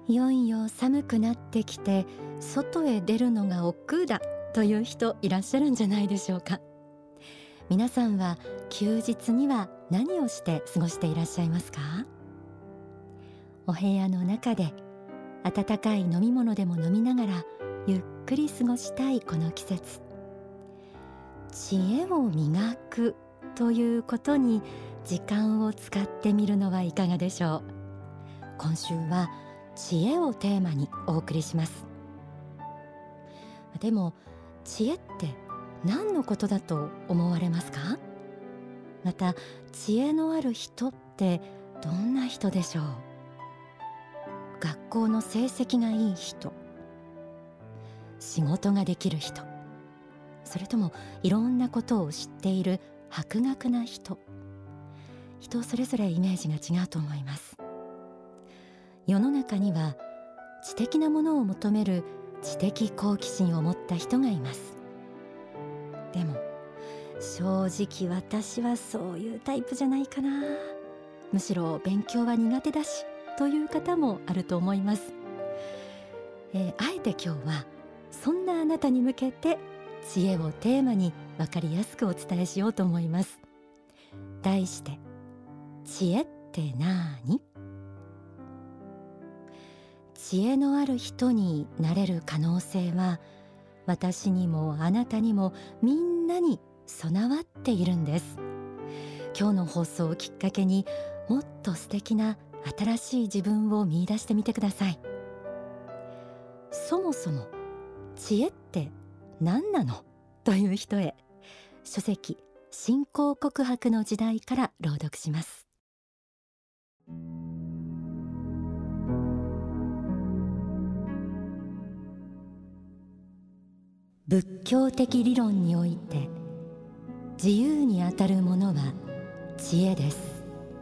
いよいよ寒くなってきて外へ出るのが億劫だという人いらっしゃるんじゃないでしょうか。皆さんは休日には何をして過ごしていらっしゃいますか？お部屋の中で温かい飲み物でも飲みながらゆっくり過ごしたいこの季節、知恵を磨くということに時間を使ってみるのはいかがでしょう。今週は知恵をテーマにお送りします。でも知恵って何のことだと思われますか？また知恵のある人ってどんな人でしょう？学校の成績がいい人、仕事ができる人、それともいろんなことを知っている博学な人、人それぞれイメージが違うと思います。世の中には知的なものを求める知的好奇心を持った人がいます。でも正直私はそういうタイプじゃないかな、むしろ勉強は苦手だしという方もあると思います。あえて今日はそんなあなたに向けて知恵をテーマに分かりやすくお伝えしようと思います。題して、知恵ってなーに？知恵のある人になれる可能性は私にもあなたにもみんなに備わっているんです。今日の放送をきっかけにもっと素敵な新しい自分を見出してみてください。そもそも知恵って何なのという人へ、書籍信仰告白の時代から朗読します。仏教的理論において自由にあたるものは知恵です。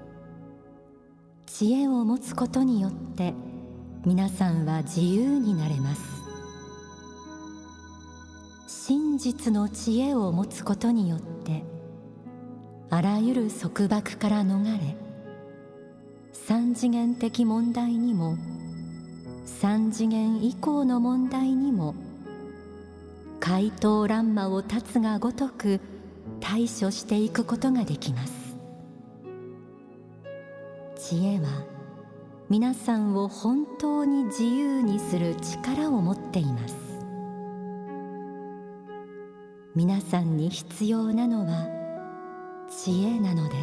知恵を持つことによって皆さんは自由になれます。真実の知恵を持つことによってあらゆる束縛から逃れ、三次元的問題にも三次元以降の問題にも怪盗乱魔を断つがごとく対処していくことができます。知恵は皆さんを本当に自由にする力を持っています。皆さんに必要なのは知恵なのです。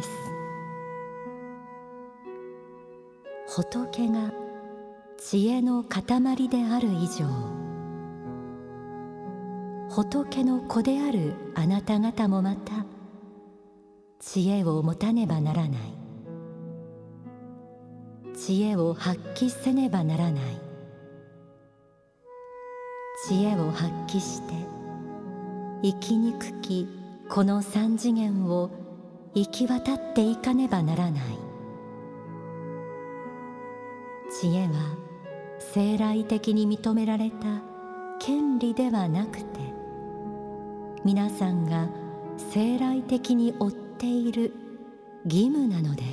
仏が知恵の塊である以上、仏の子であるあなた方もまた知恵を持たねばならない。知恵を発揮せねばならない。知恵を発揮して生きにくきこの三次元を行き渡っていかねばならない。知恵は生来的に認められた権利ではなくて、皆さんが生来的に負っている義務なのです。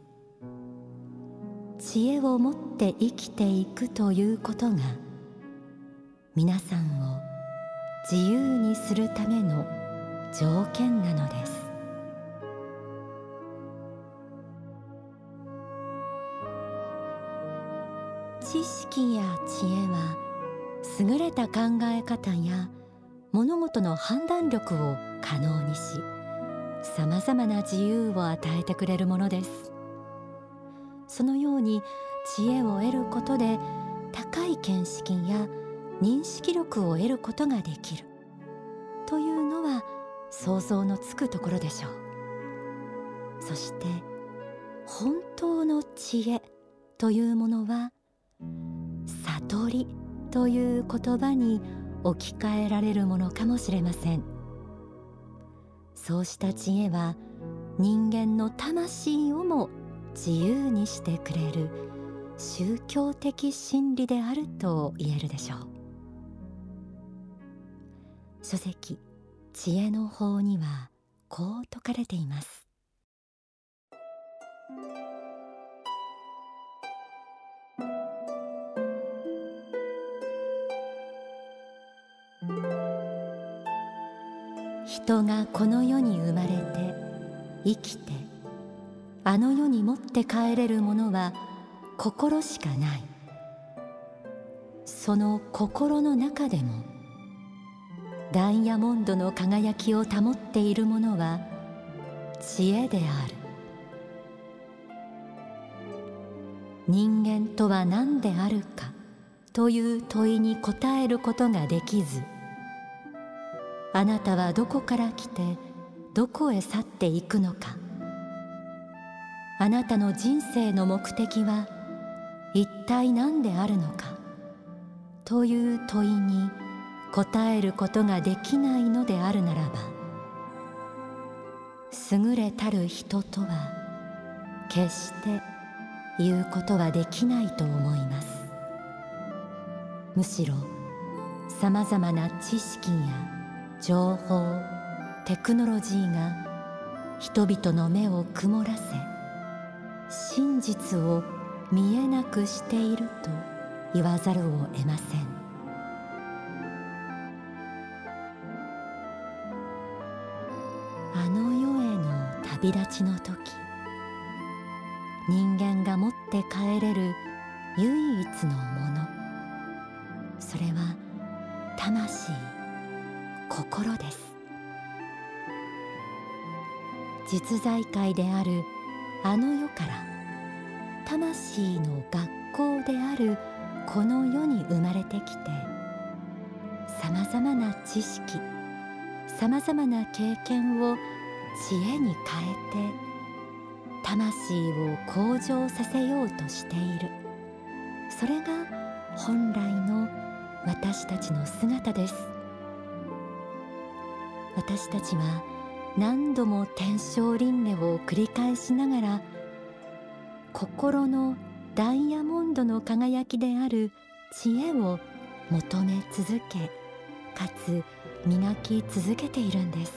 知恵を持って生きていくということが皆さんを自由にするための条件なのです。知識や知恵は優れた考え方や物事の判断力を可能にし、さまざまな自由を与えてくれるものです。そのように知恵を得ることで高い見識や認識力を得ることができるというのは想像のつくところでしょう。そして本当の知恵というものは悟りという言葉に置き換えられるものかもしれません。そうした知恵は人間の魂をも自由にしてくれる宗教的真理であると言えるでしょう。書籍知恵の法にはこう説かれています。 人がこの世に生まれて生きてあの世に持って帰れるものは心しかない。その心の中でもダイヤモンドの輝きを保っているものは知恵である。人間とは何であるかという問いに答えることができず、あなたはどこから来てどこへ去っていくのか、あなたの人生の目的は一体何であるのかという問いに答えることができないのであるならば、優れたる人とは決して言うことはできないと思います。むしろさまざまな知識や情報、テクノロジーが人々の目を曇らせ、真実を見えなくしていると言わざるを得ません。あの世への旅立ちの時、人間が持って帰れる唯一のもの、それは魂、心です。実在界であるあの世から魂の学校であるこの世に生まれてきて、さまざまな知識、さまざまな経験を知恵に変えて魂を向上させようとしている。それが本来の私たちの姿です。私たちは何度も天正輪廻を繰り返しながら、心のダイヤモンドの輝きである知恵を求め続け、かつ磨き続けているんです。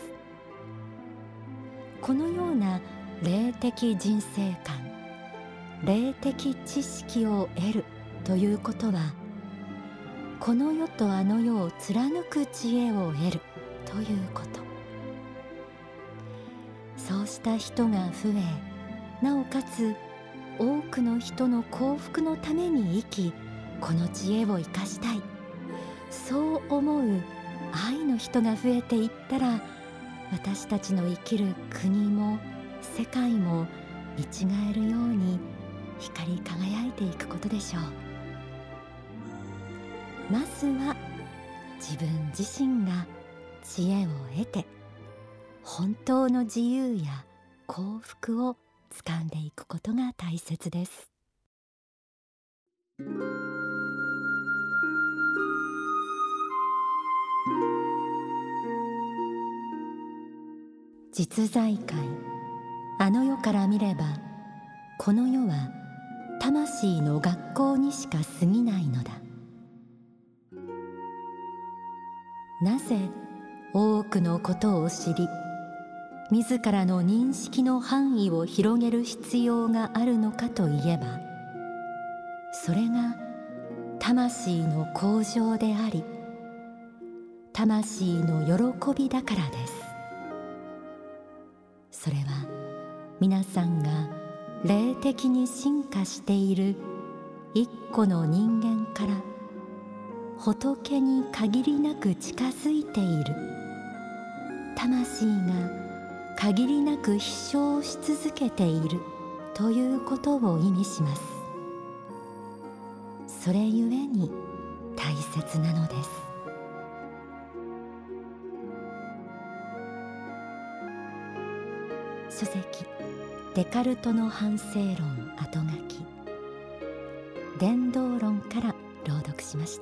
このような霊的人生観、霊的知識を得るということは、この世とあの世を貫く知恵を得るということ。そうした人が増え、なおかつ多くの人の幸福のために生き、この知恵を生かしたい、そう思う愛の人が増えていったら、私たちの生きる国も世界も見違えるように光り輝いていくことでしょう。まずは自分自身が知恵を得て、本当の自由や幸福を掴んでいくことが大切です。実在界、あの世から見れば、この世は魂の学校にしか過ぎないのだ。なぜ多くのことを知り、自らの認識の範囲を広げる必要があるのかといえば、それが魂の向上であり、魂の喜びだからです。それは皆さんが霊的に進化している一個の人間から仏に限りなく近づいている、魂が限りなく飛翔し続けているということを意味します。それゆえに大切なのです。書籍デカルトの反省論後書き、伝道論から朗読しました。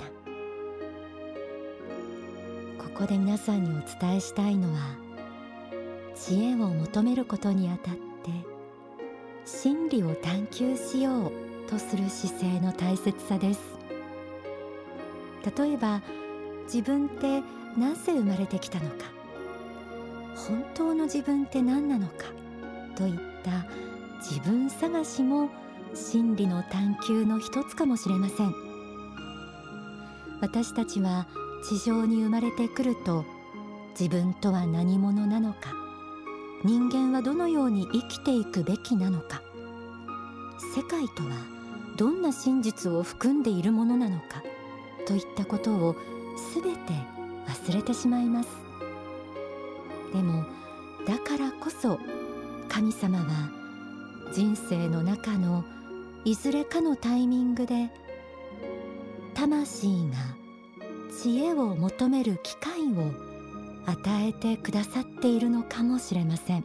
ここで皆さんにお伝えしたいのは、知恵を求めることにあたって真理を探求しようとする姿勢の大切さです。例えば、自分ってなぜ生まれてきたのか、本当の自分って何なのかといった自分探しも真理の探求の一つかもしれません。私たちは地上に生まれてくると、 自分とは何者なのか、人間はどのように生きていくべきなのか、世界とはどんな真実を含んでいるものなのかといったことをすべて忘れてしまいます。でもだからこそ神様は人生の中のいずれかのタイミングで魂が知恵を求める機会を与えてくださっているのかもしれません。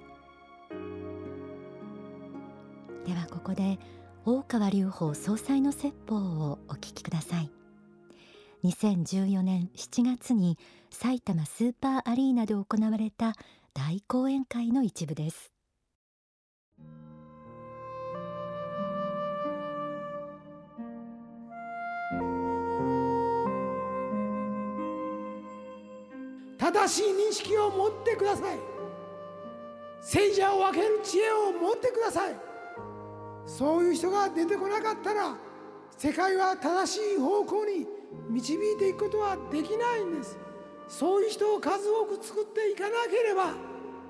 ではここで大川隆法総裁の説法をお聞きください。2014年7月に埼玉スーパーアリーナで行われた大講演会の一部です。 正しい認識を持ってください。聖者を分ける知恵を持ってください。そういう人が出てこなかったら、世界は正しい方向に導いていくことはできないんです。そういう人を数多く作っていかなければ、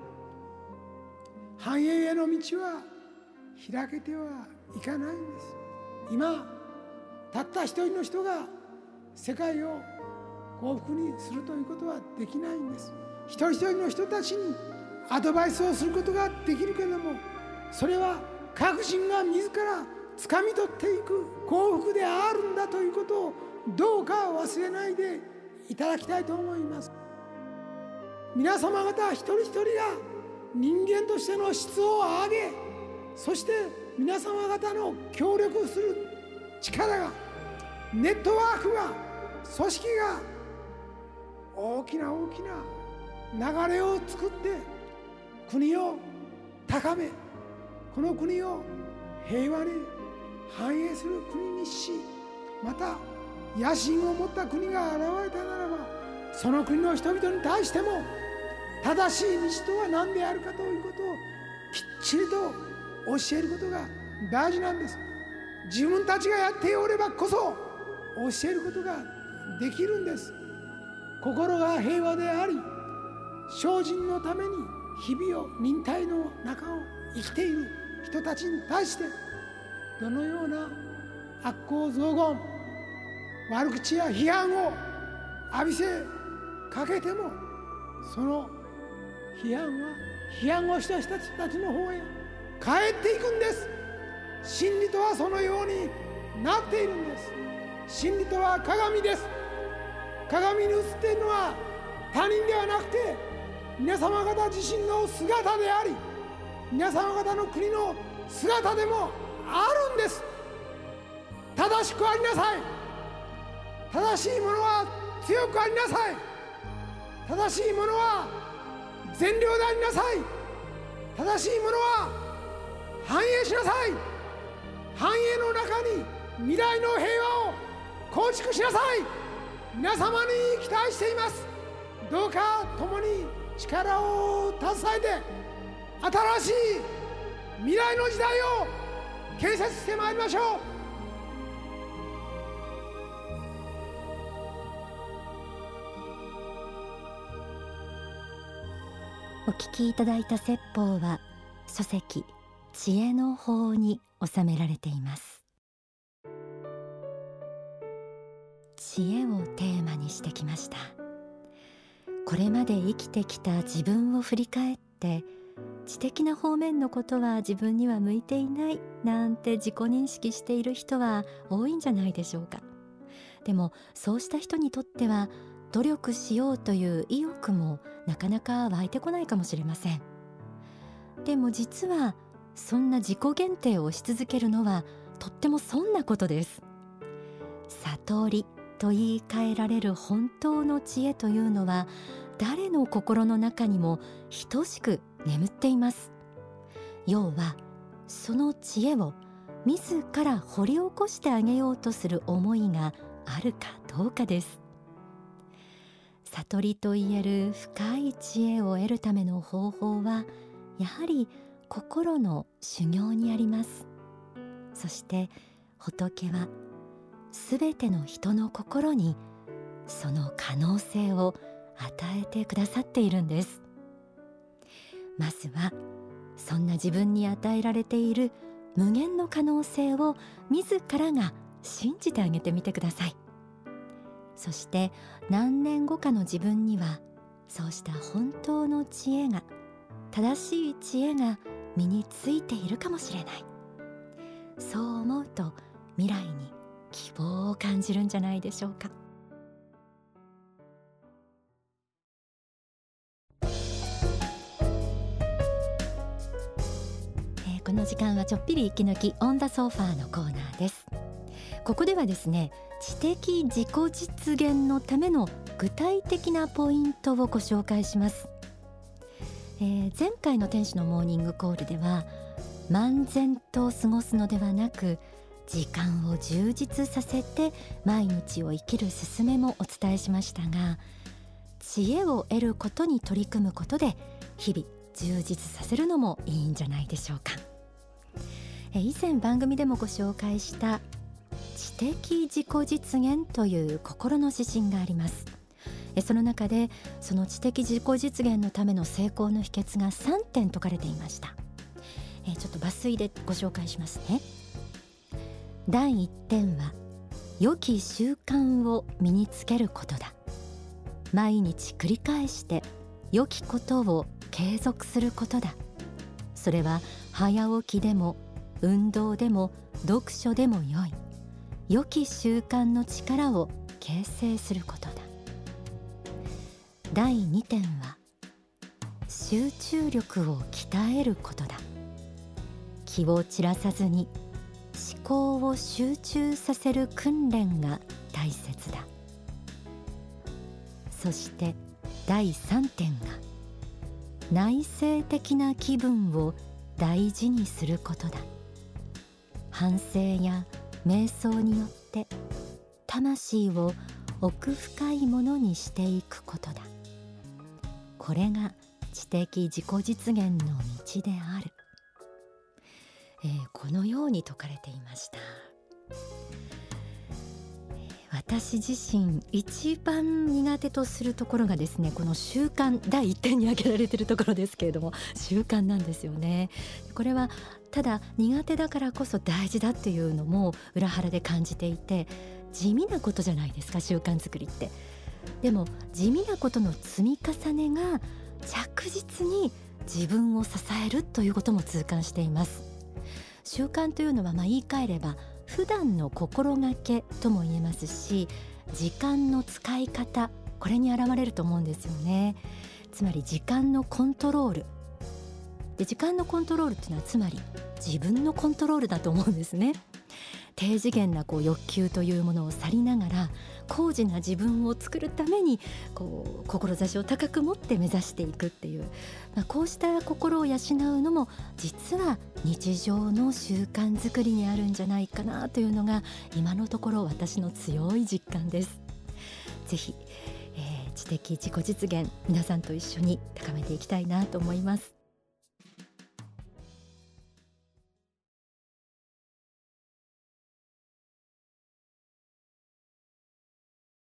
繁栄への道は開けてはいかないんです。今たった一人の人が世界を幸福にするということはできないんです。一人一人の人たちにアドバイスをすることができるけれども、それは各人が自ら掴み取っていく幸福であるんだということをどうか忘れないでいただきたいと思います。皆様方一人一人が人間としての質を上げ、そして皆様方の協力する力が、ネットワークが、組織が大きな流れを作って国を高め、この国を平和に繁栄する国にし、また野心を持った国が現れたならば、その国の人々に対しても正しい道とは何であるかということをきっちりと教えることが大事なんです。自分たちがやっておればこそ教えることができるんです。心が平和であり、精進のために日々を忍耐の中を生きている人たちに対して、どのような悪行雑言、悪口や批判を浴びせかけても、その批判をした人たちの方へ帰っていくんです。真理とはそのようになっているんです。真理とは鏡です。鏡に映っているのは他人ではなくて、皆様方自身の姿であり、皆様方の国の姿でもあるんです。正しくありなさい。正しいものは強くありなさい。正しいものは善良でありなさい。正しいものは繁栄しなさい。繁栄の中に未来の平和を構築しなさい。皆様に期待しています。どうか共に力を携えて、新しい未来の時代を建設してまいりましょう。 お聞きいただいた説法は書籍知恵の法に収められています。知恵をテーマにしてきました。これまで生きてきた自分を振り返って、知的な方面のことは自分には向いていないなんて自己認識している人は多いんじゃないでしょうか。でもそうした人にとっては、努力しようという意欲もなかなか湧いてこないかもしれません。でも実はそんな自己限定をし続けるのはとっても損なことです。悟りと言い換えられる本当の知恵というのは、誰の心の中にも等しく眠っています。要はその知恵を自ら掘り起こしてあげようとする思いがあるかどうかです。悟りといえる深い知恵を得るための方法は、やはり心の修行にあります。そして仏はすべての人の心にその可能性を与えてくださっているんです。まずはそんな自分に与えられている無限の可能性を自らが信じてあげてみてください。そして何年後かの自分にはそうした本当の知恵が、正しい知恵が身についているかもしれない。そう思うと未来に希望を感じるんじゃないでしょうか。この時間はちょっぴり息抜きオンダソファーのコーナーです。ここではですね、知的自己実現のための具体的なポイントをご紹介します。前回の天使のモーニングコールでは、漫然と過ごすのではなく時間を充実させて毎日を生きる勧めもお伝えしましたが、知恵を得ることに取り組むことで日々充実させるのもいいんじゃないでしょうか。以前番組でもご紹介した知的自己実現という心の指針があります。その中でその知的自己実現のための成功の秘訣が3点説かれていました。ちょっと抜粋でご紹介しますね。第1点は良き習慣を身につけることだ。毎日繰り返して良きことを継続することだ。それは早起きでも運動でも読書でもよい。良き習慣の力を形成することだ。第2点は集中力を鍛えることだ。気を散らさずに思考を集中させる訓練が大切だ。そして第3点が内省的な気分を大事にすることだ。反省や瞑想によって魂を奥深いものにしていくことだ。これが知的自己実現の道である。このように説かれていました。私自身一番苦手とするところがですね、この習慣、第一点に挙げられているところですけれども、習慣なんですよね。これはただ苦手だからこそ大事だっていうのも裏腹で感じていて、地味なことじゃないですか、習慣作りって。でも地味なことの積み重ねが着実に自分を支えるということも痛感しています。習慣というのは言い換えれば普段の心がけとも言えますし、時間の使い方、これに現れると思うんですよね。つまり時間のコントロールで、時間のコントロールっていうのはつまり自分のコントロールだと思うんですね。低次元な欲求というものを去りながら高次な自分を作るために志を高く持って目指していくっていう、こうした心を養うのも実は日常の習慣づくりにあるんじゃないかなというのが今のところ私の強い実感です。ぜひ、知的自己実現皆さんと一緒に高めていきたいなと思います。